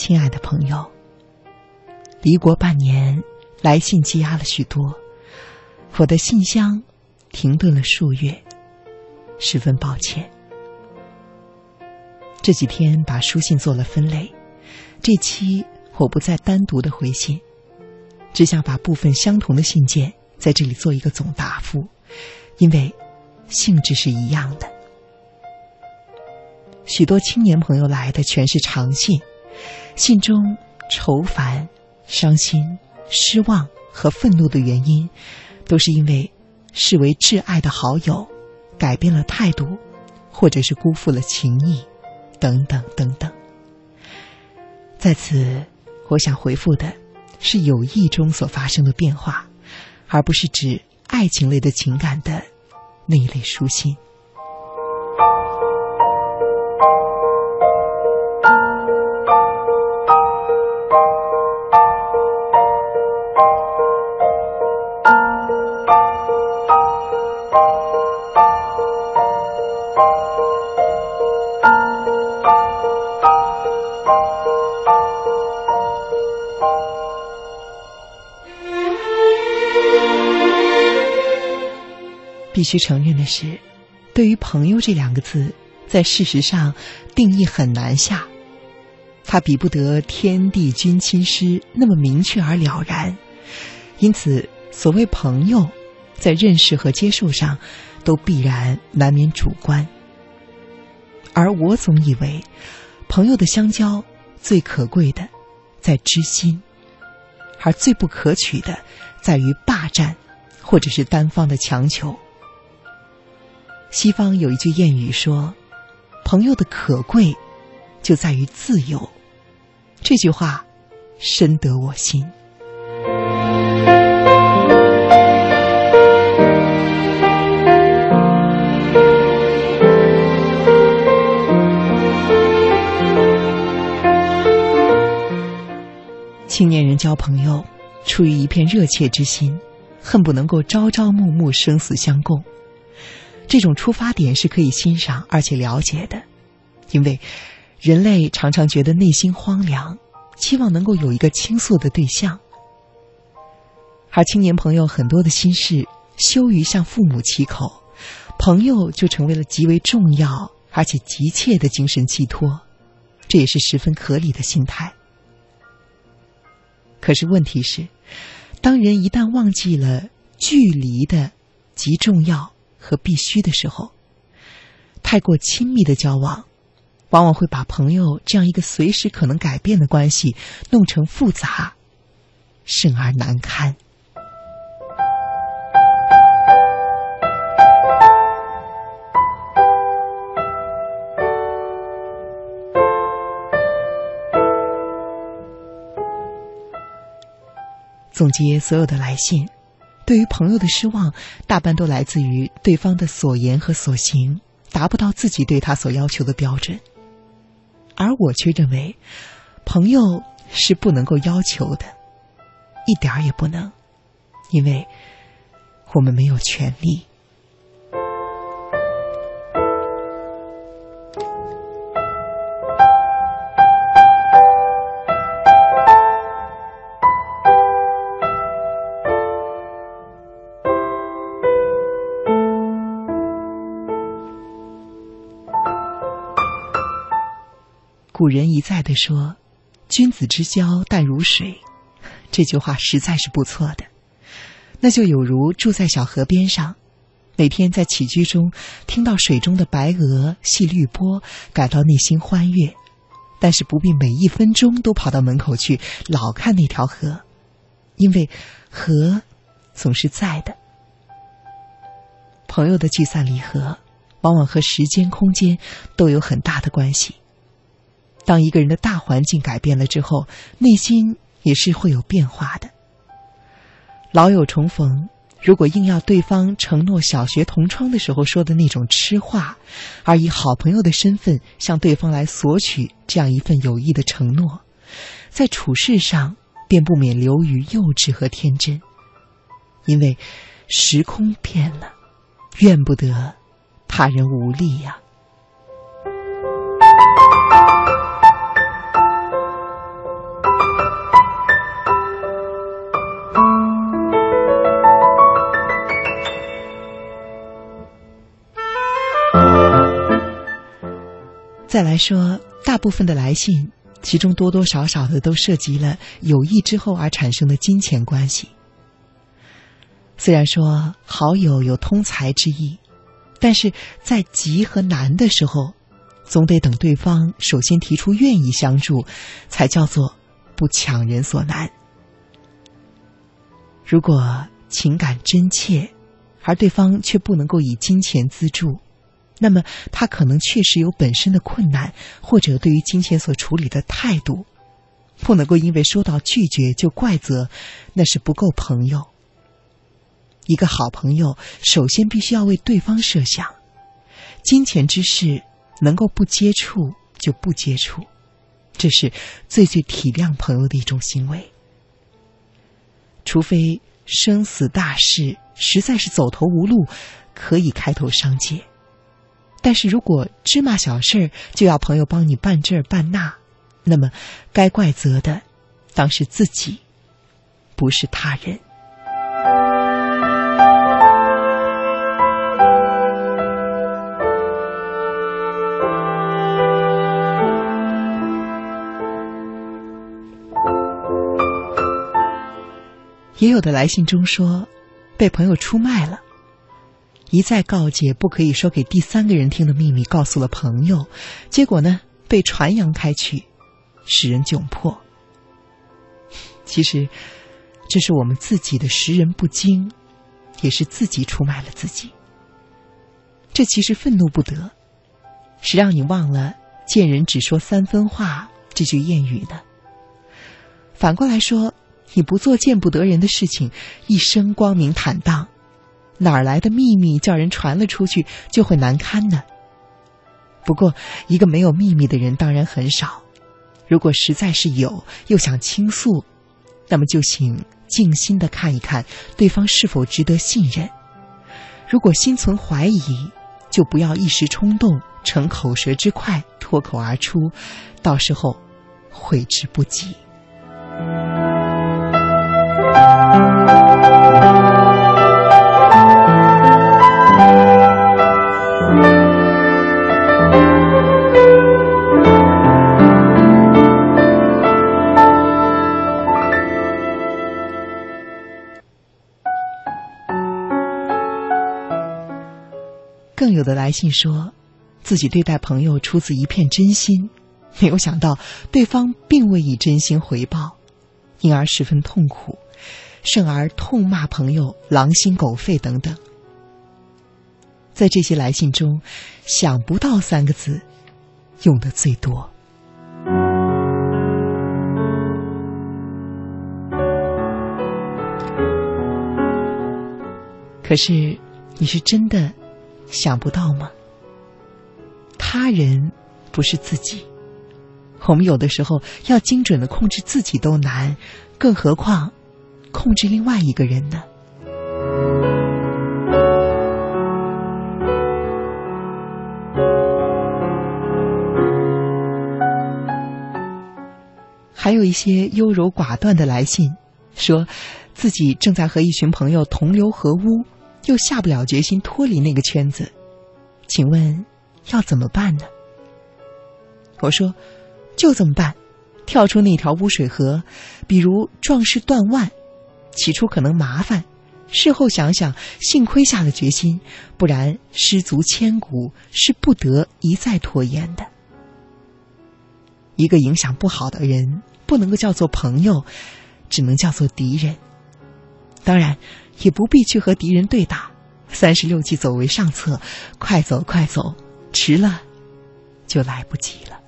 亲爱的朋友，离国半年，来信积压了许多，我的信箱停顿了数月，十分抱歉。这几天把书信做了分类，这期我不再单独的回信，只想把部分相同的信件在这里做一个总答复，因为性质是一样的。许多青年朋友来的全是长信，信中愁烦、伤心、失望和愤怒的原因，都是因为视为挚爱的好友改变了态度，或者是辜负了情谊，等等等等。在此，我想回复的是友谊中所发生的变化，而不是指爱情类的情感的那一类书信。必须承认的是，对于朋友这两个字，在事实上定义很难下，它比不得天地君亲师那么明确而了然，因此所谓朋友在认识和接受上都必然难免主观。而我总以为朋友的相交最可贵的在知心，而最不可取的在于霸占或者是单方的强求。西方有一句谚语说，朋友的可贵就在于自由，这句话深得我心。青年人交朋友，出于一片热切之心，恨不能够朝朝暮暮生死相共。这种出发点是可以欣赏而且了解的，因为人类常常觉得内心荒凉，期望能够有一个倾诉的对象。而青年朋友很多的心事羞于向父母启口，朋友就成为了极为重要而且急切的精神寄托，这也是十分合理的心态。可是问题是，当人一旦忘记了距离的极重要和必须的时候，太过亲密的交往往往会把朋友这样一个随时可能改变的关系弄成复杂，甚而难堪。总结所有的来信，对于朋友的失望大半都来自于对方的所言和所行达不到自己对他所要求的标准，而我却认为朋友是不能够要求的，一点儿也不能，因为我们没有权利。古人一再地说，君子之交淡如水，这句话实在是不错的。那就有如住在小河边上，每天在起居中听到水中的白鹅戏绿波，感到内心欢悦，但是不必每1分钟都跑到门口去老看那条河，因为河总是在的。朋友的聚散离合往往和时间空间都有很大的关系。当一个人的大环境改变了之后，内心也是会有变化的。老友重逢，如果硬要对方承诺小学同窗的时候说的那种痴话，而以好朋友的身份向对方来索取这样一份有益的承诺，在处事上便不免流于幼稚和天真。因为时空变了，怨不得他人无力呀。 再来说，大部分的来信，其中多多少少的都涉及了友谊之后而产生的金钱关系。虽然说好友有通财之意，但是在急和难的时候，总得等对方首先提出愿意相助，才叫做不强人所难。如果情感真切，而对方却不能够以金钱资助，那么他可能确实有本身的困难，或者对于金钱所处理的态度，不能够因为收到拒绝就怪责，那是不够朋友。一个好朋友首先必须要为对方设想，金钱之事能够不接触就不接触，这是最体谅朋友的一种行为。除非生死大事实在是走投无路，可以开头商借，但是如果芝麻小事就要朋友帮你办这办那，那么该怪责的当是自己，不是他人。也有的来信中说被朋友出卖了，一再告诫不可以说给第三个人听的秘密告诉了朋友，结果呢被传扬开去，使人窘迫。其实这是我们自己的识人不精，也是自己出卖了自己。这其实愤怒不得，是让你忘了见人只说三分话这句谚语呢。反过来说，你不做见不得人的事情，一生光明坦荡，哪儿来的秘密叫人传了出去就会难堪呢？不过一个没有秘密的人当然很少，如果实在是有又想倾诉，那么就请静心地看一看对方是否值得信任。如果心存怀疑，就不要一时冲动逞口舌之快脱口而出，到时候悔之不及。更有的来信说，自己对待朋友出自一片真心，没有想到对方并未以真心回报，因而十分痛苦，甚而痛骂朋友狼心狗肺等等。在这些来信中，想不到三个字用得最多。可是你是真的想不到吗？他人不是自己，我们有的时候要精准地控制自己都难，更何况控制另外一个人呢？还有一些优柔寡断的来信，说自己正在和一群朋友同流合污，又下不了决心脱离那个圈子，请问要怎么办呢？我说就这么办，跳出那条污水河，比如壮士断腕，起初可能麻烦，事后想想幸亏下了决心，不然失足千古，是不得一再拖延的。一个影响不好的人不能够叫做朋友，只能叫做敌人。当然也不必去和敌人对打，36计走为上策，快走快走，迟了就来不及了。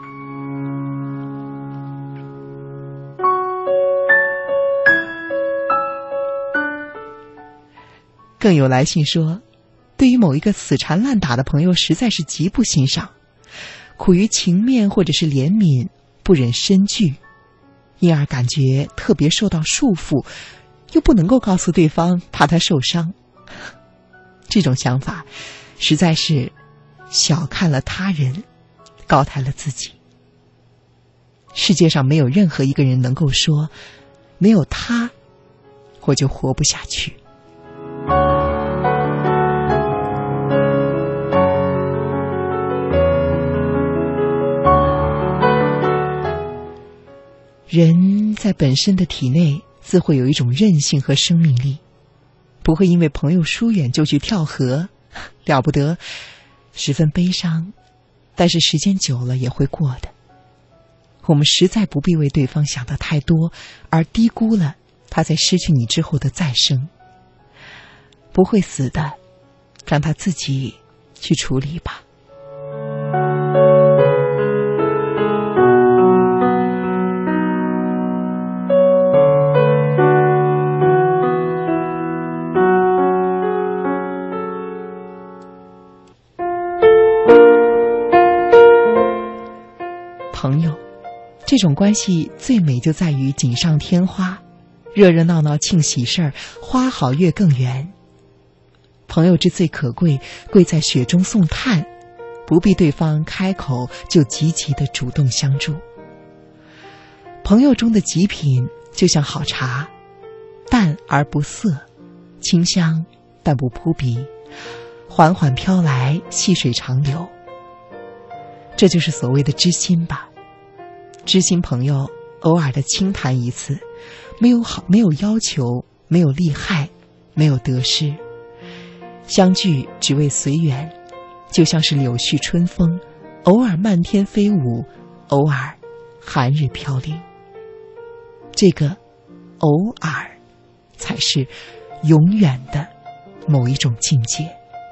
更有来信说，对于某一个死缠烂打的朋友实在是极不欣赏，苦于情面或者是怜悯，不忍深聚，因而感觉特别受到束缚，又不能够告诉对方，怕他受伤。这种想法实在是小看了他人，高抬了自己。世界上没有任何一个人能够说，没有他我就活不下去。 人在本身的体内自会有一种韧性和生命力，不会因为朋友疏远就去跳河，了不得，十分悲伤，但是时间久了也会过的。我们实在不必为对方想得太多，而低估了他在失去你之后的再生。不会死的，让他自己去处理吧。朋友，这种关系最美就在于锦上添花，热热闹闹庆喜事儿，花好月更圆。朋友之最可贵，贵在雪中送炭，不必对方开口就积极地主动相助。朋友中的极品就像好茶，淡而不涩，清香但不扑鼻，缓缓飘来，细水长流。这就是所谓的知心吧。知心朋友偶尔的轻谈一次，没有要求，没有利害，没有得失，相聚只为随缘，就像是柳絮春风，偶尔漫天飞舞，偶尔寒日飘零。这个偶尔才是永远的某一种境界。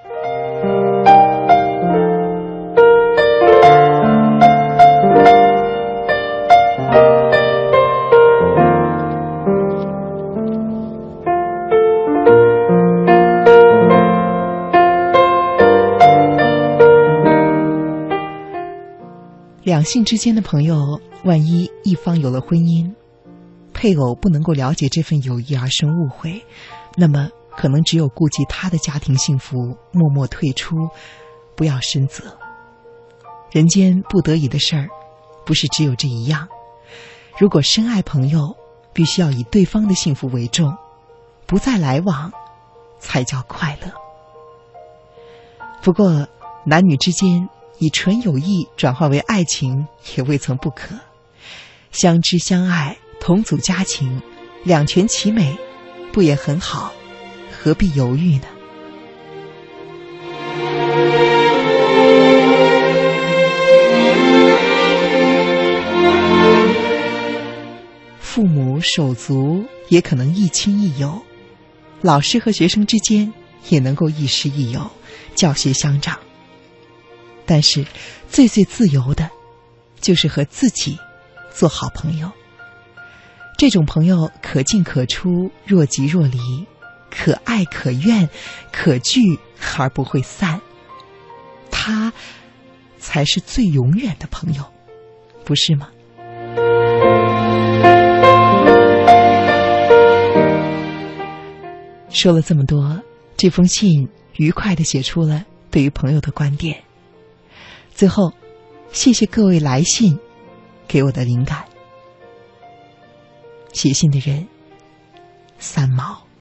两性之间的朋友，万一一方有了婚姻，配偶不能够了解这份友谊而生误会，那么可能只有顾及他的家庭幸福，默默退出，不要深责。人间不得已的事儿，不是只有这一样。如果深爱朋友，必须要以对方的幸福为重，不再来往，才叫快乐。不过，男女之间以纯友谊转化为爱情也未曾不可，相知相爱，同组家庭，两全其美，不也很好？何必犹豫呢？父母手足也可能亦亲亦友，老师和学生之间也能够亦师亦友，教学相长。但是最最自由的，就是和自己做好朋友。这种朋友可进可出，若即若离，可爱可怨，可聚而不会散。他才是最永远的朋友，不是吗？说了这么多，这封信愉快地写出了对于朋友的观点。最后，谢谢各位来信给我的灵感。写信的人，三毛。